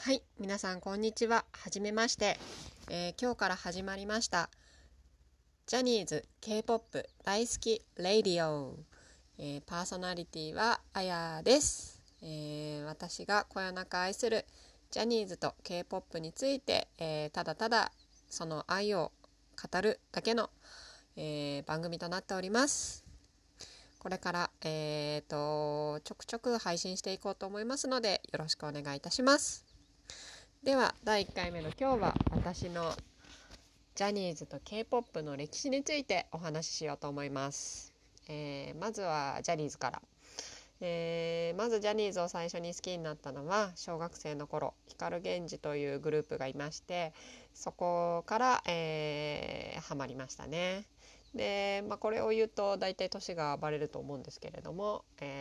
はい、皆さんこんにちは。はじめまして。今日から始まりましたジャニーズ K-POP 大好きレイディオ、パーソナリティはあやです。私がこよなく愛するジャニーズと K-POP について、ただただその愛を語るだけの、番組となっております。これから、ちょくちょく配信していこうと思いますのでよろしくお願いいたします。では第1回目の今日は私のジャニーズと K-POP の歴史についてお話ししようと思います。まずはジャニーズから。まずジャニーズを最初に好きになったのは小学生の頃、光源氏というグループがいまして、そこから、ハマりましたね。で、これを言うと大体年がバレると思うんですけれども、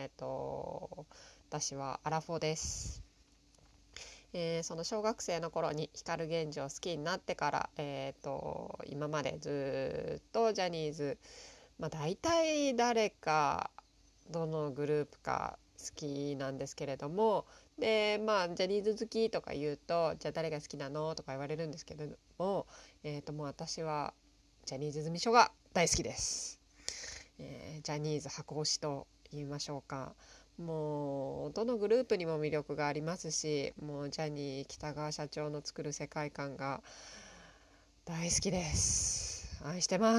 私はアラフォーです。その小学生の頃に光源氏を好きになってから、今までずっとジャニーズ、大体誰かどのグループか好きなんですけれども、でジャニーズ好きとか言うと、じゃあ誰が好きなのとか言われるんですけれども、もう私はジャニーズ事務所が大好きです。ジャニーズ箱推しと言いましょうか。もうどのグループにも魅力がありますし、もうジャニー喜多川社長の作る世界観が大好きです。愛してます。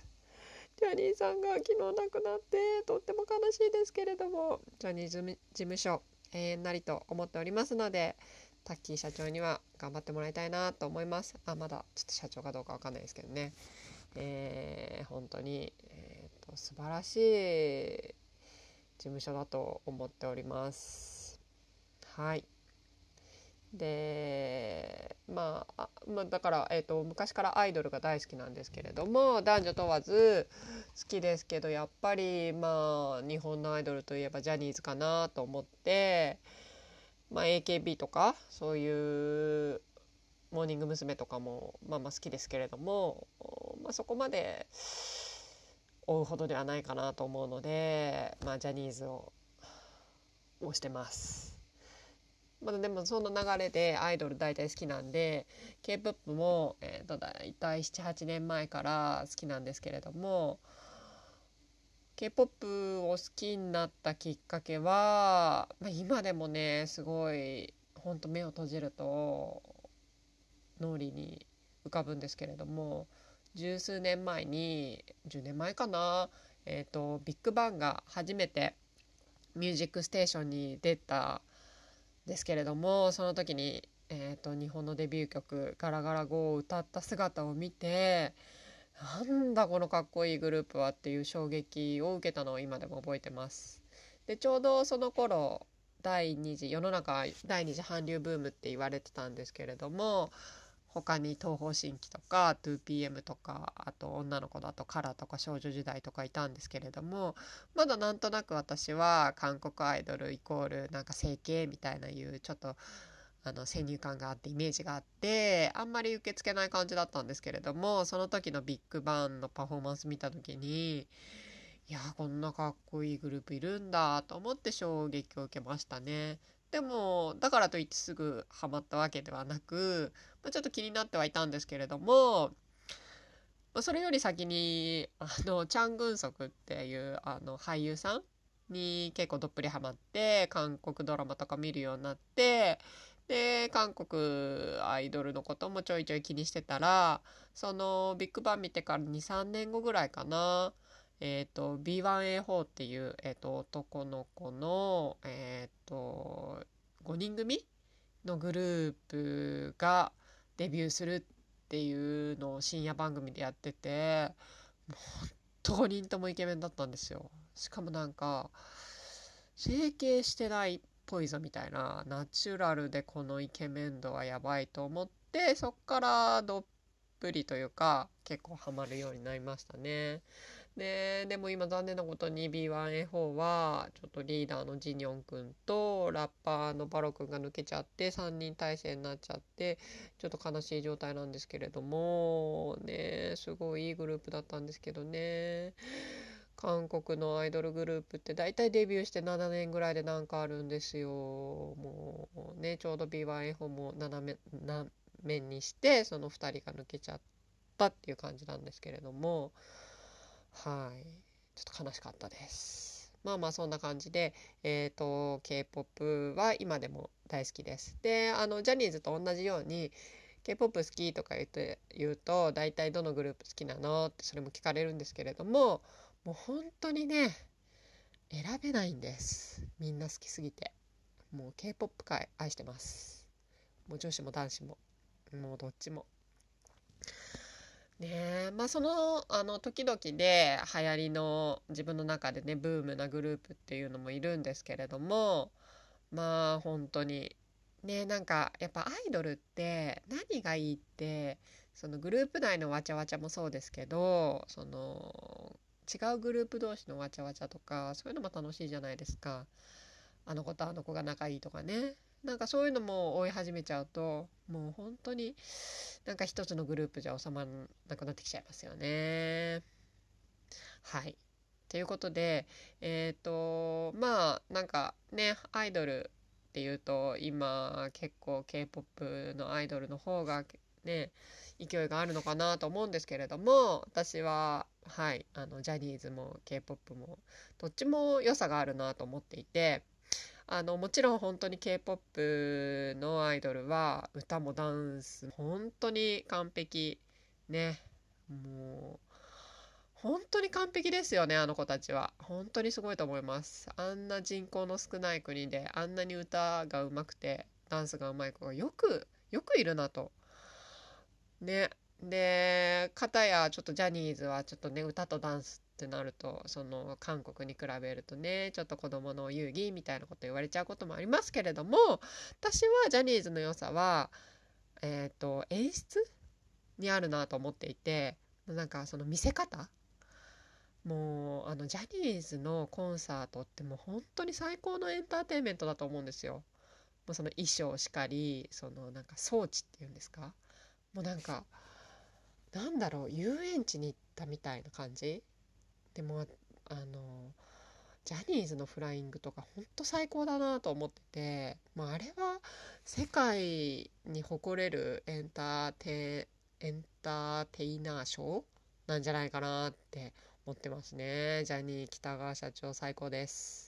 ジャニーさんが昨日亡くなってとっても悲しいですけれども、ジャニーズ事務所永遠なりと思っておりますので、タッキー社長には頑張ってもらいたいなと思います。まだちょっと社長かどうかわかんないですけどね。本当に、素晴らしい事務所だと思っております。はい。で、だから、昔からアイドルが大好きなんですけれども、男女問わず好きですけど、やっぱり日本のアイドルといえばジャニーズかなと思って、AKB とかそういうモーニング娘。とかも好きですけれども、そこまで追うほどではないかなと思うので、ジャニーズを推してます。でもその流れでアイドル大体好きなんで、 K-POP も、大体7、8年前から好きなんですけれども、 K-POP を好きになったきっかけは、今でもねすごいほんと目を閉じると脳裏に浮かぶんですけれども、十数年前に10年前かな、ビッグバンが初めてミュージックステーションに出たんですけれども、その時に、日本のデビュー曲「ガラガラ GO」を歌った姿を見て、なんだこのかっこいいグループはっていう衝撃を受けたのを今でも覚えてます。でちょうどその頃世の中第二次韓流ブームって言われてたんですけれども、他に東方神起とか 2PM とか、あと女の子だとカラとか少女時代とかいたんですけれども、まだなんとなく私は韓国アイドルイコールなんか整形みたいないうちょっと先入観があってイメージがあって、あんまり受け付けない感じだったんですけれども、その時のビッグバンのパフォーマンス見た時に、いやこんなかっこいいグループいるんだと思って衝撃を受けましたね。でもだからといってすぐハマったわけではなく、ちょっと気になってはいたんですけれども、それより先にチャン・グンソクっていう俳優さんに結構どっぷりハマって、韓国ドラマとか見るようになって、で韓国アイドルのこともちょいちょい気にしてたら、そのビッグバン見てから23年後ぐらいかな、B1A4 っていう、男の子の、5人組のグループがデビューするっていうのを深夜番組でやってて、もう本当5人ともイケメンだったんですよ。しかもなんか整形してないっぽいぞみたいな、ナチュラルでこのイケメン度はやばいと思って、そっからどっぷりというか結構ハマるようになりましたね。でも今残念なことに B1A4 はちょっとリーダーのジニョンくんとラッパーのバロくんが抜けちゃって3人体制になっちゃって、ちょっと悲しい状態なんですけれどもね、すごいいいグループだったんですけどね。韓国のアイドルグループってだいたいデビューして7年ぐらいでなんかあるんですよ。もうね、ちょうど B1A4 も斜めにしてその2人が抜けちゃったっていう感じなんですけれども、はい、ちょっと悲しかったです。まあまあそんな感じで、K-POP は今でも大好きです。で、ジャニーズと同じように K-POP 好きとか言うと大体どのグループ好きなのってそれも聞かれるんですけれども、もう本当にね選べないんです。みんな好きすぎて。もう K-POP 界愛してます。もう女子も男子ももうどっちもねえ。まあその時々で流行りの自分の中でねブームなグループっていうのもいるんですけれども、まあ本当にね、なんかやっぱアイドルって何がいいって、そのグループ内のわちゃわちゃもそうですけど、その違うグループ同士のわちゃわちゃとかそういうのも楽しいじゃないですか。あの子とあの子が仲いいとかね、なんかそういうのも追い始めちゃうともう本当になんか一つのグループじゃ収まらなくなってきちゃいますよね。はい。ということで、まあなんかねアイドルっていうと今結構 K-POP のアイドルの方がね勢いがあるのかなと思うんですけれども、私ははいジャニーズも K-POP もどっちも良さがあるなと思っていて、もちろん本当に K-POP のアイドルは歌もダンスも本当に完璧ね。もう本当に完璧ですよね。あの子たちは本当にすごいと思います。あんな人口の少ない国であんなに歌が上手くてダンスが上手い子がよくいるなとね。で、片やちょっとジャニーズはちょっとね、歌とダンスってなると、その韓国に比べるとね、ちょっと子供の遊戯みたいなこと言われちゃうこともありますけれども、私はジャニーズの良さは、演出にあるなと思っていて、なんかその見せ方、もうジャニーズのコンサートってもう本当に最高のエンターテインメントだと思うんですよ。もうその衣装しかり、そのなんか装置っていうんですか、もうなんかなんだろう、遊園地に行ったみたいな感じでも、ジャニーズのフライングとかほんと最高だなと思ってて、まあ、あれは世界に誇れるエンターテイナー賞なんじゃないかなって思ってますね。ジャニー喜多川社長最高です。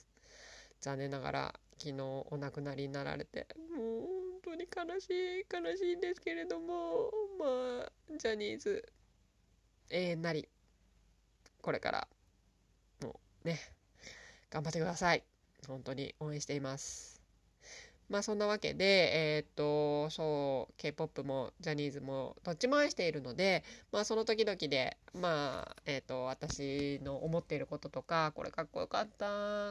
残念ながら昨日お亡くなりになられて、もう本当に悲しいんですけれども、まあジャニーズ永遠なりこれからもうね頑張ってください。本当に応援しています。まあそんなわけでそう K-POP もジャニーズもどっちも愛しているので、まあその時々でまあ私の思っていることとか、これかっこよかった、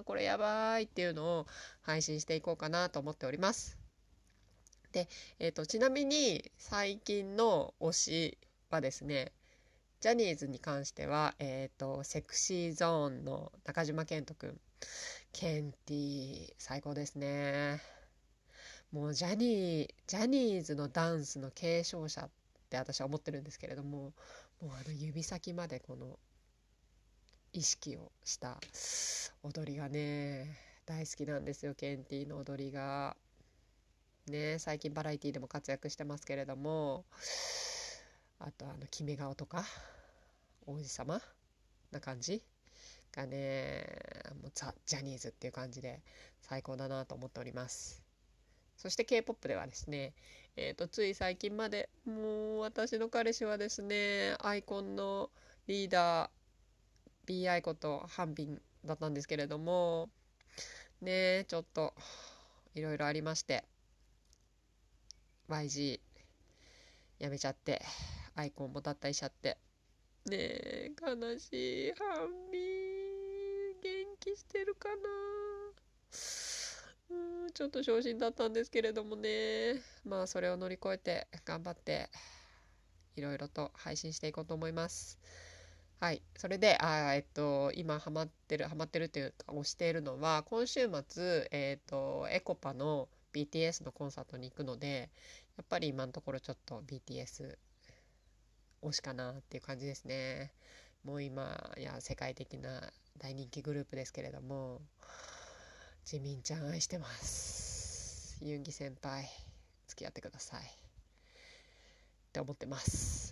これやばいっていうのを配信していこうかなと思っております。で、ちなみに最近の推しはですね、ジャニーズに関しては、セクシーゾーンの中島健人くん。ケンティ最高ですね。もうジャニーズのダンスの継承者って私は思ってるんですけれども、もう指先までこの意識をした踊りがね、大好きなんですよ、ケンティの踊りが。ね、最近バラエティでも活躍してますけれども、あと決め顔とか王子様な感じがね、もうザ・ジャニーズっていう感じで最高だなと思っております。そして K-POP ではですね、つい最近までもう私の彼氏はですね、アイコンのリーダー B アイコとハンビンだったんですけれども、ね、ちょっといろいろありまして YG やめちゃってアイコンも脱退しちゃって、ねえ悲しい。ハンビン元気してるかな。ちょっと昇進だったんですけれどもね、まあそれを乗り越えて頑張っていろいろと配信していこうと思います。はい、それで今ハマってるというか推しているのは、今週末エコパの BTS のコンサートに行くので、やっぱり今のところちょっと BTS 推しかなっていう感じですね。もう今や世界的な大人気グループですけれども、ジミンちゃん愛してます。 。ユンギ先輩付き合ってくださいって思ってます。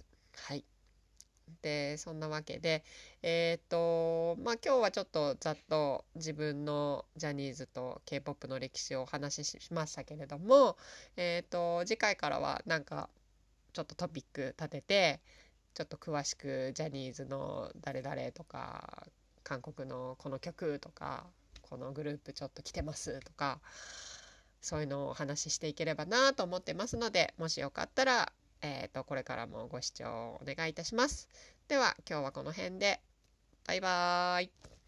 はい。でそんなわけで今日はちょっとざっと自分のジャニーズと K-POP の歴史をお話ししましたけれども、次回からはなんかちょっとトピック立ててちょっと詳しくジャニーズの誰々とか韓国のこの曲とかこのグループちょっと来てますとかそういうのをお話ししていければなと思ってますので、もしよかったらこれからもご視聴お願いいたします。では今日はこの辺で。バイバーイ。